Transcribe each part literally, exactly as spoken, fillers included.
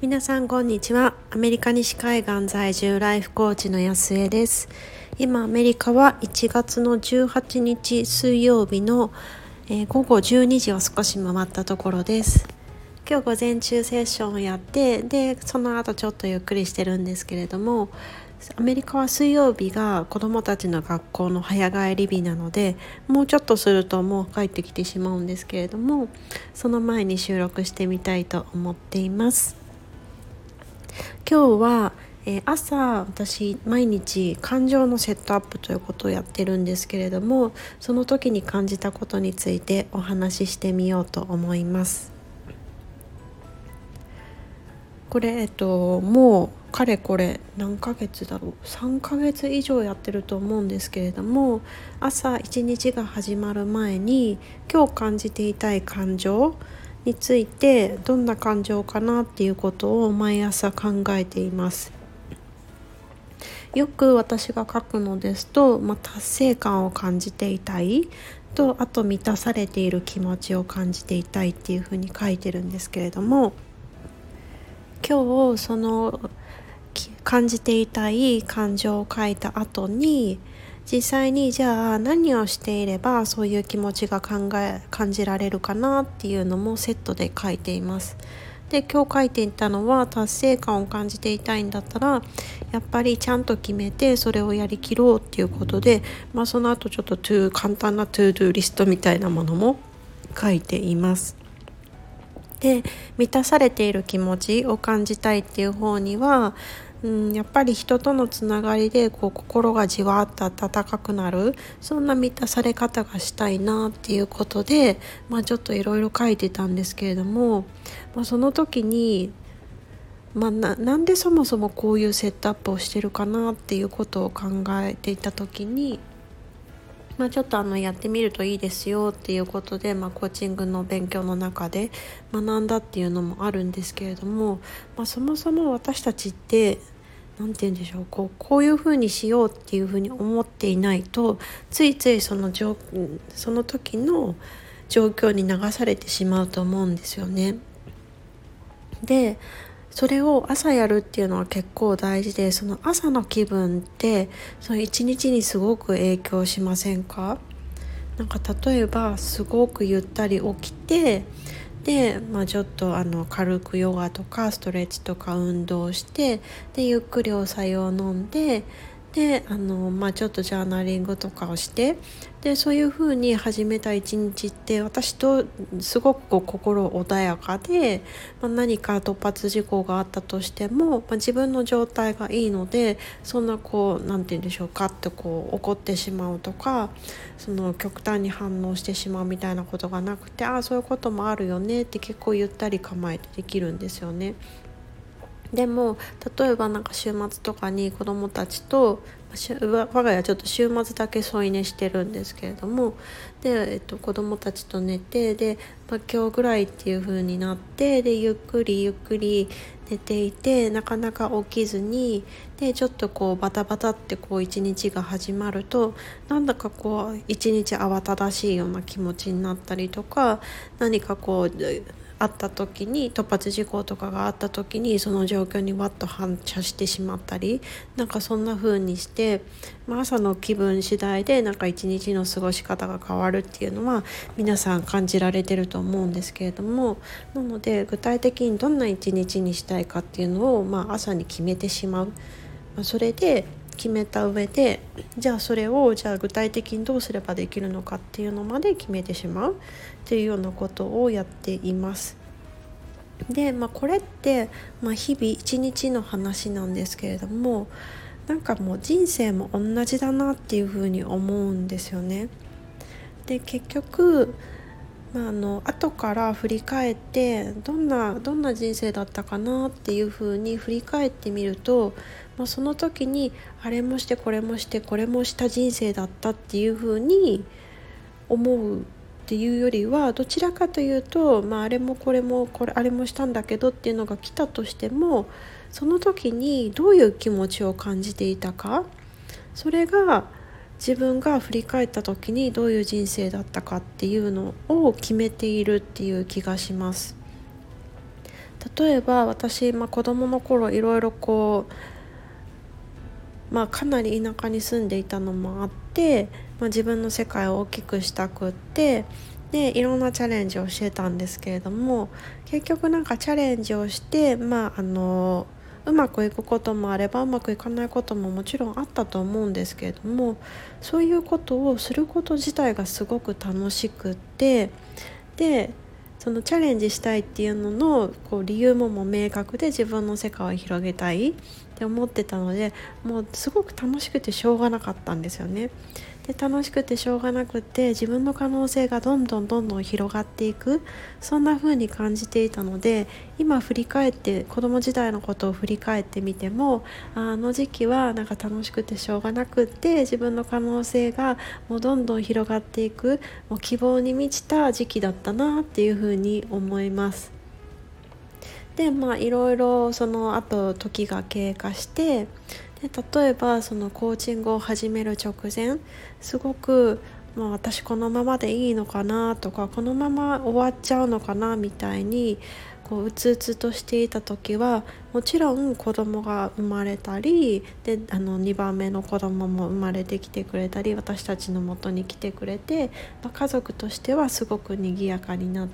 皆さんこんにちは。アメリカ西海岸在住ライフコーチの安江です。今アメリカはいちがつのじゅうはちにち水曜日の、えー、ごごじゅうにじを少し回ったところです。今日午前中セッションをやってでその後ちょっとゆっくりしてるんですけれども、アメリカは水曜日が子どもたちの学校の早帰り日なので、もうちょっとするともう帰ってきてしまうんですけれども、その前に収録してみたいと思っています。今日は、えー、朝私毎日感情のセットアップということをやってるんですけれども、その時に感じたことについてお話ししてみようと思います。これ、えっと、もうかれこれ何ヶ月だろうさんかげつ以上やってると思うんですけれども、朝一日が始まる前に今日感じていたい感情についてどんな感情かなっていうことを毎朝考えています。よく私が書くのですと、まあ、達成感を感じていたいと、あと満たされている気持ちを感じていたいっていうふうに書いてるんですけれども、今日その感じていたい感情を書いた後に、実際にじゃあ何をしていればそういう気持ちが考え感じられるかなっていうのもセットで書いています。で今日書いていたのは、達成感を感じていたいんだったらやっぱりちゃんと決めてそれをやりきろうっていうことで、まあ、その後ちょっとトゥ簡単なトゥードゥリストみたいなものも書いています。で満たされている気持ちを感じたいっていう方には、うん、やっぱり人とのつながりでこう心がじわっと温かくなる、そんな満たされ方がしたいなっていうことで、まあ、ちょっといろいろ書いてたんですけれども、まあ、その時に、まあ、な, なんでそもそもこういうセットアップをしてるかなっていうことを考えていた時に、まあ、ちょっとあのやってみるといいですよっていうことで、まあ、コーチングの勉強の中で学んだっていうのもあるんですけれども、まあ、そもそも私たちってなんて言うんでしょう、こう、こういうふうにしようっていうふうに思っていないと、ついついその状その時の状況に流されてしまうと思うんですよね。でそれを朝やるっていうのは結構大事で、その朝の気分ってその一日にすごく影響しませんか？なんか例えばすごくゆったり起きて、で、まあ、ちょっとあの軽くヨガとかストレッチとか運動して、でゆっくりお茶を飲んで、であの、まあ、ちょっとジャーナリングとかをして、でそういう風に始めた一日って私とすごくこう心穏やかで、まあ、何か突発事故があったとしても、まあ、自分の状態がいいので、そんなこうなんて言うんでしょうかってこう怒ってしまうとか、その極端に反応してしまうみたいなことがなくて、ああそういうこともあるよねって結構ゆったり構えてできるんですよね。でも例えばなんか週末とかに子どもたちと、我が家はちょっと週末だけ添い寝してるんですけれども、で、えっと、子どもたちと寝て、で、まあ、今日ぐらいっていう風になって、でゆっくりゆっくり寝ていて、なかなか起きずに、でちょっとこうバタバタってこう一日が始まると、なんだかこう一日慌ただしいような気持ちになったりとか、何かこうあった時に突発事故とかがあった時にその状況にわっと反射してしまったり、なんかそんな風にして、まあ、朝の気分次第でなんか一日の過ごし方が変わるっていうのは皆さん感じられてると思うんですけれども、なので具体的にどんな一日にしたいかっていうのを、まあ、朝に決めてしまう、まあ、それで決めた上で、じゃあそれをじゃあ具体的にどうすればできるのかっていうのまで決めてしまうっていうようなことをやっています。で、まあ、これって、まあ、日々一日の話なんですけれども、なんかもう人生も同じだなっていうふうに思うんですよね。で結局、まあ、あの後から振り返ってどんなどんな人生だったかなっていうふうに振り返ってみると、まあ、その時にあれもしてこれもしてこれもした人生だったっていうふうに思うっていうよりは、どちらかというと、まあ、あれもこれもこれあれもしたんだけどっていうのが来たとしても、その時にどういう気持ちを感じていたか、それが自分が振り返った時にどういう人生だったかっていうのを決めているっていう気がします。 例えば私、まあ、子供の頃いろいろこう、まあ、かなり田舎に住んでいたのもあって、まあ、自分の世界を大きくしたくってでいろんなチャレンジをしてたんですけれども、結局なんかチャレンジをして、まあ、あのうまくいくこともあればうまくいかないことももちろんあったと思うんですけれども、そういうことをすること自体がすごく楽しくって、でそのチャレンジしたいっていうののこう理由ももう明確で、自分の世界を広げたいって思ってたので、もうすごく楽しくてしょうがなかったんですよね。で楽しくてしょうがなくて、自分の可能性がどんどんどんどん広がっていく、そんな風に感じていたので、今振り返って子供時代のことを振り返ってみても、あの時期はなんか楽しくてしょうがなくって、自分の可能性がもうどんどん広がっていく、もう希望に満ちた時期だったなっていう風に思います。でまあいろいろその後時が経過して、で例えばそのコーチングを始める直前、すごく、まあ、私このままでいいのかなとか、このまま終わっちゃうのかなみたいにこううつうつとしていた時は、もちろん子供が生まれたりで、あのにばんめの子供も生まれてきてくれたり、私たちの元に来てくれて、まあ、家族としてはすごく賑やかになって、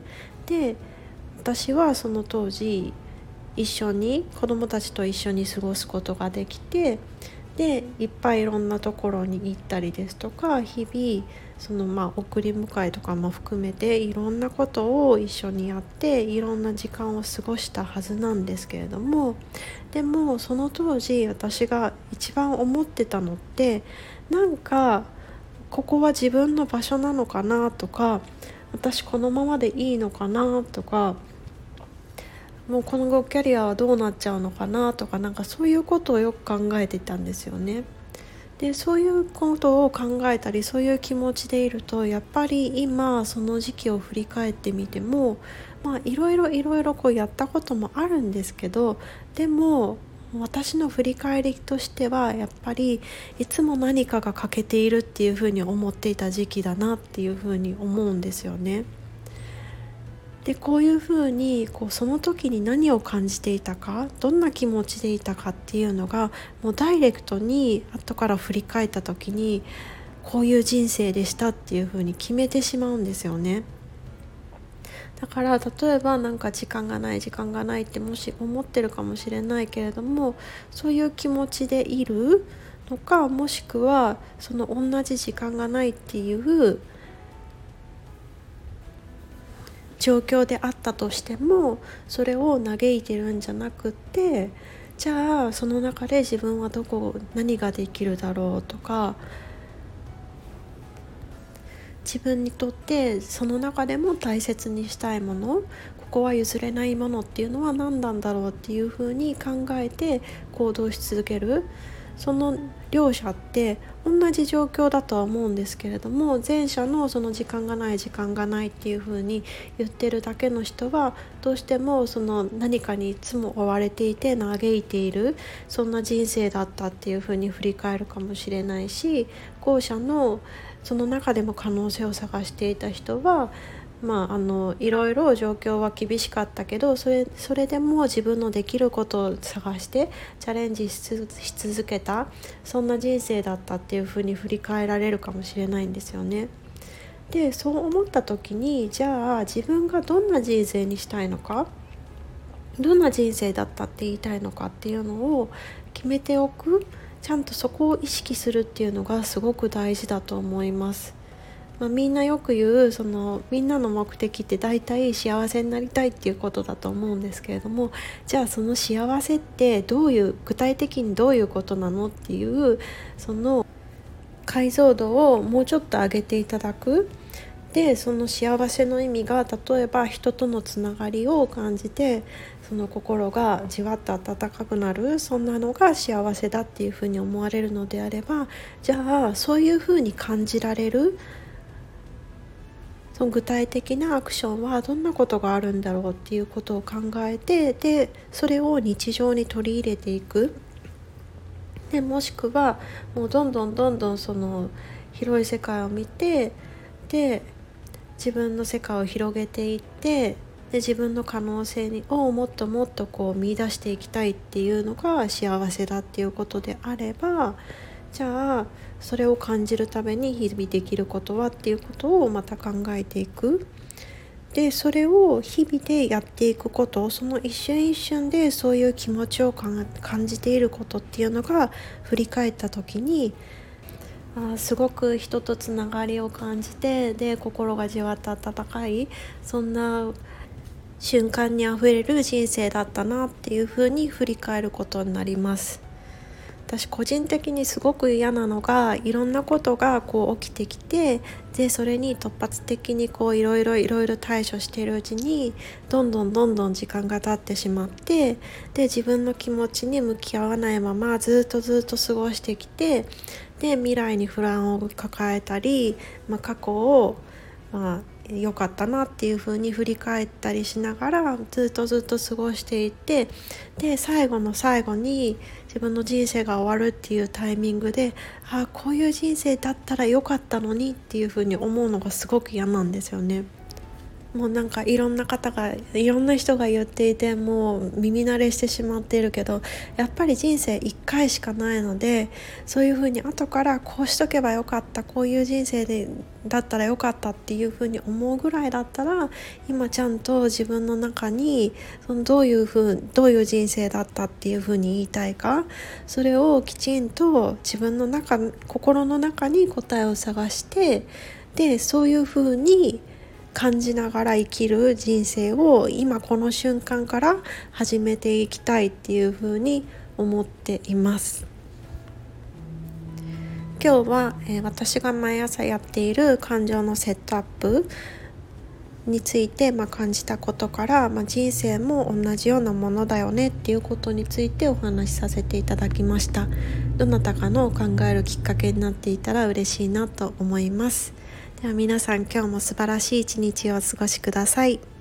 で私はその当時一緒に子どもたちと一緒に過ごすことができて、でいっぱいいろんなところに行ったりですとか、日々そのまあ送り迎えとかも含めていろんなことを一緒にやって、いろんな時間を過ごしたはずなんですけれども、でもその当時私が一番思ってたのって、なんかここは自分の場所なのかなとか、私このままでいいのかなとか、もうこの後キャリアはどうなっちゃうのかなとか、なんかそういうことをよく考えてたんですよね。でそういうことを考えたり、そういう気持ちでいると、やっぱり今その時期を振り返ってみても、まあいろいろいろいろこうやったこともあるんですけど、でも私の振り返りとしてはやっぱりいつも何かが欠けているっていうふうに思っていた時期だなっていうふうに思うんですよね。でこういうふうにこうその時に何を感じていたか、どんな気持ちでいたかっていうのが、もうダイレクトに後から振り返った時に、こういう人生でしたっていうふうに決めてしまうんですよね。だから例えばなんか時間がない時間がないってもし思ってるかもしれないけれども、そういう気持ちでいるのか、もしくはその同じ時間がないっていう状況であったとしても、それを嘆いてるんじゃなくって、じゃあその中で自分はどこ何ができるだろうとか、自分にとってその中でも大切にしたいもの、ここは譲れないものっていうのは何なんだろうっていうふうに考えて行動し続ける。その両者って同じ状況だとは思うんですけれども、前者のその時間がない時間がないっていう風に言ってるだけの人は、どうしてもその何かにいつも追われていて嘆いている、そんな人生だったっていう風に振り返るかもしれないし、後者のその中でも可能性を探していた人は、まあ、あのいろいろ状況は厳しかったけど、それ、それでも自分のできることを探してチャレンジし続けた、そんな人生だったっていうふうに振り返られるかもしれないんですよね。でそう思った時に、じゃあ自分がどんな人生にしたいのか、どんな人生だったって言いたいのかっていうのを決めておく、ちゃんとそこを意識するっていうのがすごく大事だと思います。まあ、みんなよく言うそのみんなの目的って大体幸せになりたいっていうことだと思うんですけれども、じゃあその幸せってどういう、具体的にどういうことなのっていう、その解像度をもうちょっと上げていただく。でその幸せの意味が、例えば人とのつながりを感じて、その心がじわっと温かくなる、そんなのが幸せだっていうふうに思われるのであれば、じゃあそういうふうに感じられる、その具体的なアクションはどんなことがあるんだろうっていうことを考えて、でそれを日常に取り入れていく。でもしくはもうどんどんどんどんその広い世界を見て、で自分の世界を広げていって、 で自分の可能性にをもっともっとこう見出していきたいっていうのが幸せだっていうことであれば、じゃあそれを感じるために日々できることはっていうことをまた考えていく。でそれを日々でやっていくこと、その一瞬一瞬でそういう気持ちを感じていることっていうのが振り返った時に、あすごく人とつながりを感じて、で心がじわっと温かい、そんな瞬間にあふれる人生だったなっていうふうに振り返ることになります。私個人的にすごく嫌なのが、いろんなことがこう起きてきて、でそれに突発的にこういろいろいろいろ対処しているうちにどんどんどんどん時間が経ってしまって、で自分の気持ちに向き合わないままずっとずっと過ごしてきて、で未来に不安を抱えたり、まあ、過去をまあ良かったなっていう風に振り返ったりしながらずっとずっと過ごしていて、で最後の最後に自分の人生が終わるっていうタイミングで、ああこういう人生だったら良かったのにっていう風に思うのがすごく嫌なんですよね。もうなんかいろんな方がいろんな人が言っていて、もう耳慣れしてしまっているけど、やっぱり人生いっかいしかないので、そういうふうに後からこうしとけばよかった、こういう人生でだったらよかったっていうふうに思うぐらいだったら、今ちゃんと自分の中にそのどういうふうどういう人生だったっていうふうに言いたいか、それをきちんと自分の中心の中に答えを探して、でそういうふうに感じながら生きる人生を今この瞬間から始めていきたいっていうふうに思っています。今日は、えー、私が毎朝やっている感情のセットアップについて、まあ、感じたことから、まあ、人生も同じようなものだよねっていうことについてお話しさせていただきました。どなたかの考えるきっかけになっていたら嬉しいなと思います。では皆さん、今日も素晴らしい一日をお過ごしください。